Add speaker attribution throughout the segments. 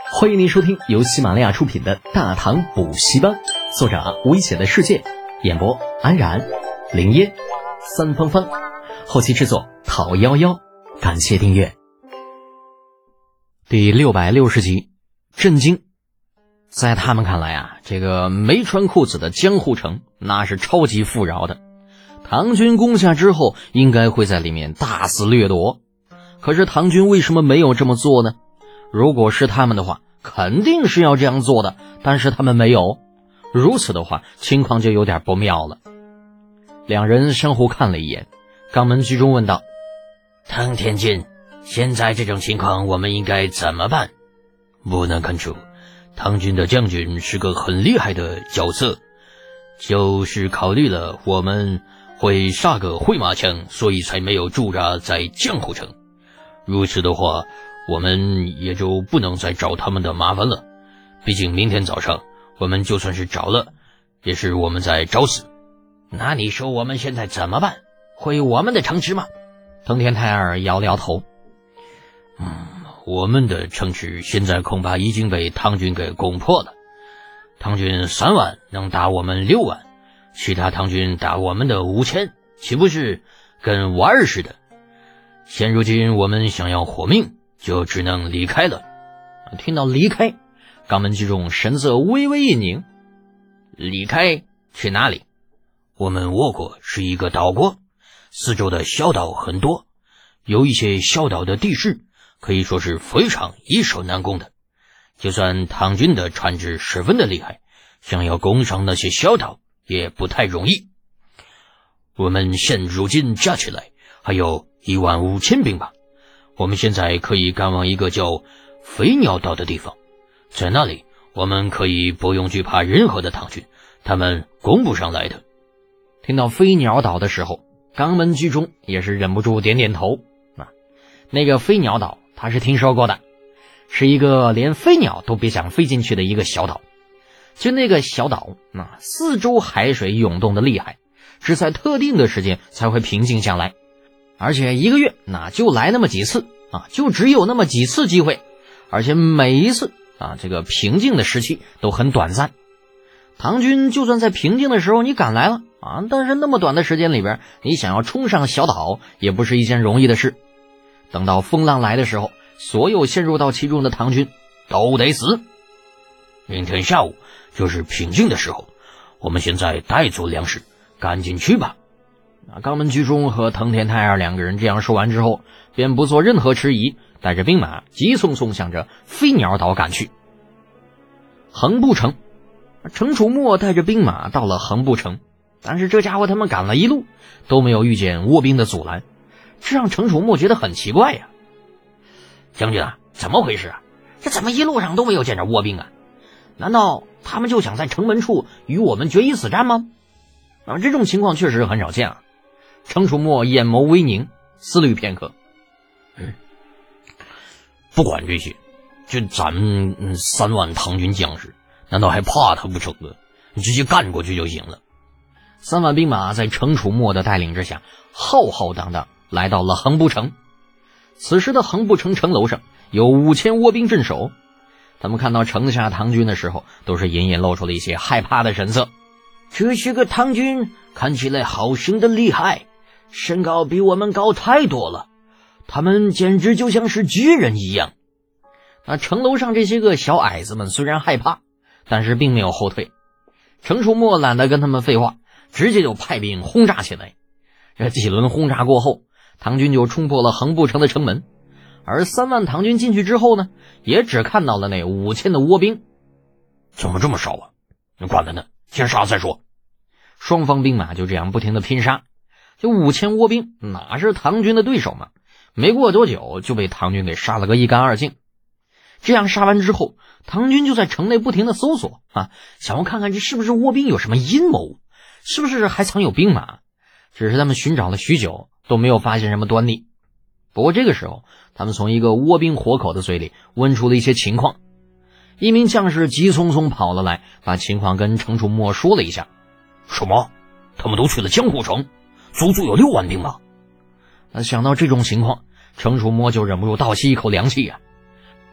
Speaker 1: 欢迎您收听由喜马拉雅出品的大唐补习班，作者危险的世界，演播安然、林烟、三芳芳，后期制作陶夭夭。感谢订阅。第660集，震惊。在他们看来啊，这个没穿裤子的江户城那是超级富饶的，唐军攻下之后应该会在里面大肆掠夺。可是唐军为什么没有这么做呢？如果是他们的话，肯定是要这样做的，但是他们没有。如此的话，情况就有点不妙了。两人相互看了一眼，肛门居中问道：
Speaker 2: 藤田君，现在这种情况我们应该怎么办？不难看出，唐军的将军是个很厉害的角色，就是考虑了我们会杀个回马枪，所以才没有驻扎在江户城。如此的话，我们也就不能再找他们的麻烦了。毕竟明天早上我们就算是找了，也是我们在找死。那你说我们现在怎么办？回我们的城池吗？
Speaker 1: 藤田太二摇了摇头。
Speaker 2: 我们的城池现在恐怕已经被唐军给攻破了。唐军3万能打我们6万，其他唐军打我们的5000，岂不是跟玩儿似的？现如今我们想要活命，就只能离开了。
Speaker 1: 听到离开，肛门居中神色微微一凝。
Speaker 2: 离开去哪里？我们倭国是一个岛国，四周的小岛很多，有一些小岛的地势可以说是非常易守难攻的。就算唐军的船只十分的厉害，想要攻上那些小岛也不太容易。我们现如今加起来还有15000兵吧。我们现在可以赶往一个叫飞鸟岛的地方，在那里我们可以不用惧怕任何的唐军，他们攻不上来的。
Speaker 1: 听到飞鸟岛的时候，肛门居中也是忍不住点点头。那个飞鸟岛他是听说过的，是一个连飞鸟都别想飞进去的一个小岛。就那个小岛四周海水涌动的厉害，只在特定的时间才会平静下来，而且一个月就来那么几次就只有那么几次机会，而且每一次这个平静的时期都很短暂。唐军就算在平静的时候你赶来了但是那么短的时间里边，你想要冲上小岛也不是一件容易的事。等到风浪来的时候，所有陷入到其中的唐军都得死。
Speaker 2: 明天下午就是平静的时候，我们现在带足粮食，赶紧去吧。
Speaker 1: 肛门居中和藤田太二两个人这样说完之后，便不做任何迟疑，带着兵马急匆匆向着飞鸟岛赶去。横部城，程楚墨带着兵马到了横部城，但是这家伙他们赶了一路都没有遇见倭兵的阻拦，这让程楚墨觉得很奇怪呀。
Speaker 2: 将军怎么回事这怎么一路上都没有见着倭兵难道他们就想在城门处与我们决一死战吗？
Speaker 1: 这种情况确实很少见程楚墨眼眸微凝，思虑片刻。
Speaker 2: 不管这些，就咱们3万唐军将士，难道还怕他不成了？你直接干过去就行了。
Speaker 1: 3万兵马在程楚墨的带领之下，浩浩荡荡来到了横部城。此时的横部城城楼上有5000倭兵镇守，他们看到城下唐军的时候，都是隐隐露出了一些害怕的神色。
Speaker 2: 这些个唐军看起来好生的厉害，身高比我们高太多了，他们简直就像是巨人一样。
Speaker 1: 城楼上这些个小矮子们虽然害怕，但是并没有后退。程楚墨懒得跟他们废话，直接就派兵轰炸起来。这几轮轰炸过后，唐军就冲破了横部城的城门，而3万唐军进去之后呢，也只看到了那5000的倭兵。
Speaker 2: 怎么这么少你管他呢，先杀再说。
Speaker 1: 双方兵马就这样不停的拼杀，就5000倭兵哪是唐军的对手嘛？没过多久就被唐军给杀了个一干二净。这样杀完之后，唐军就在城内不停的搜索想要看看这是不是倭兵有什么阴谋，是不是还藏有兵马。只是他们寻找了许久都没有发现什么端倪。不过这个时候，他们从一个倭兵活口的嘴里问出了一些情况。一名将士急匆匆跑了来，把情况跟程楚墨说了一下。
Speaker 2: 什么？他们都去了江户城，足足有6万兵马。
Speaker 1: 想到这种情况，程楚墨就忍不住倒吸一口凉气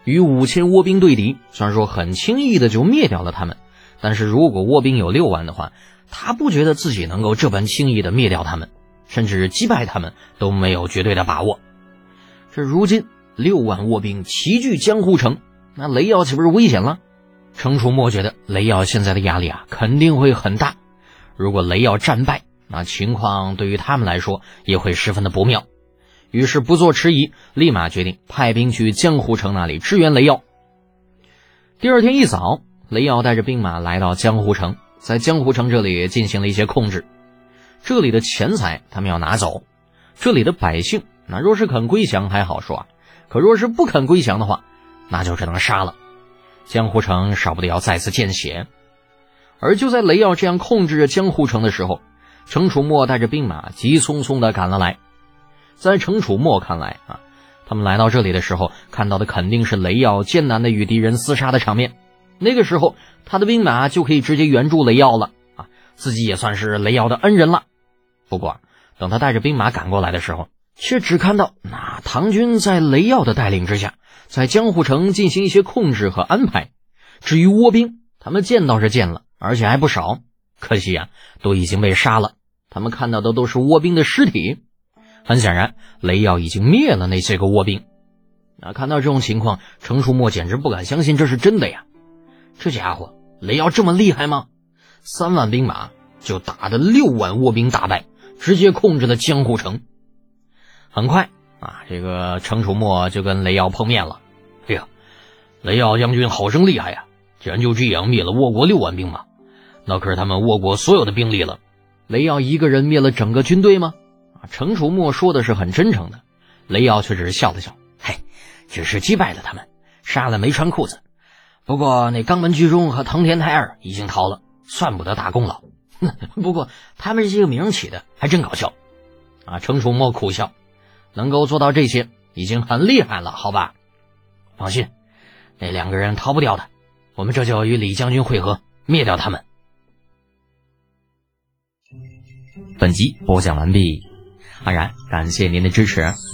Speaker 1: 与5000倭兵对敌，虽然说很轻易的就灭掉了他们，但是如果倭兵有6万的话，他不觉得自己能够这般轻易的灭掉他们，甚至击败他们都没有绝对的把握。这如今6万倭兵齐聚江湖城，那雷耀岂不是危险了？程楚墨觉得雷耀现在的压力肯定会很大，如果雷耀战败，那情况对于他们来说也会十分的不妙。于是不做迟疑，立马决定派兵去江湖城那里支援雷耀。第二天一早，雷耀带着兵马来到江湖城，在江湖城这里进行了一些控制。这里的钱财他们要拿走，这里的百姓那若是肯归降还好说可若是不肯归降的话，那就只能杀了。江湖城少不得要再次见血。而就在雷耀这样控制着江湖城的时候，程楚墨带着兵马急匆匆地赶了来。在程楚墨看来他们来到这里的时候，看到的肯定是雷耀艰难的与敌人厮杀的场面。那个时候他的兵马就可以直接援助雷耀了自己也算是雷耀的恩人了。不过等他带着兵马赶过来的时候，却只看到唐军在雷耀的带领之下，在江湖城进行一些控制和安排。至于倭兵，他们见到是见了，而且还不少，可惜都已经被杀了。他们看到的都是倭兵的尸体。很显然雷耀已经灭了那些个倭兵。看到这种情况，程楚墨简直不敢相信这是真的呀。这家伙雷耀这么厉害吗？3万兵马就打得6万倭兵大败，直接控制了江湖城。很快这个程楚墨就跟雷耀碰面了。哎呀，雷耀将军好生厉害呀，竟然就这样灭了倭国6万兵马，那可是他们倭国所有的兵力了。雷耀一个人灭了整个军队吗？程楚墨说的是很真诚的，雷耀却只是笑了笑，嘿，只是击败了他们，杀了没穿裤子。不过那肛门居中和藤田太二已经逃了，算不得大功劳。不过他们这个名起的还真搞笑程楚墨苦笑，能够做到这些已经很厉害了，好吧？放心，那2个人逃不掉的，我们这就与李将军会合，灭掉他们。
Speaker 3: 本集播讲完毕，安然感谢您的支持。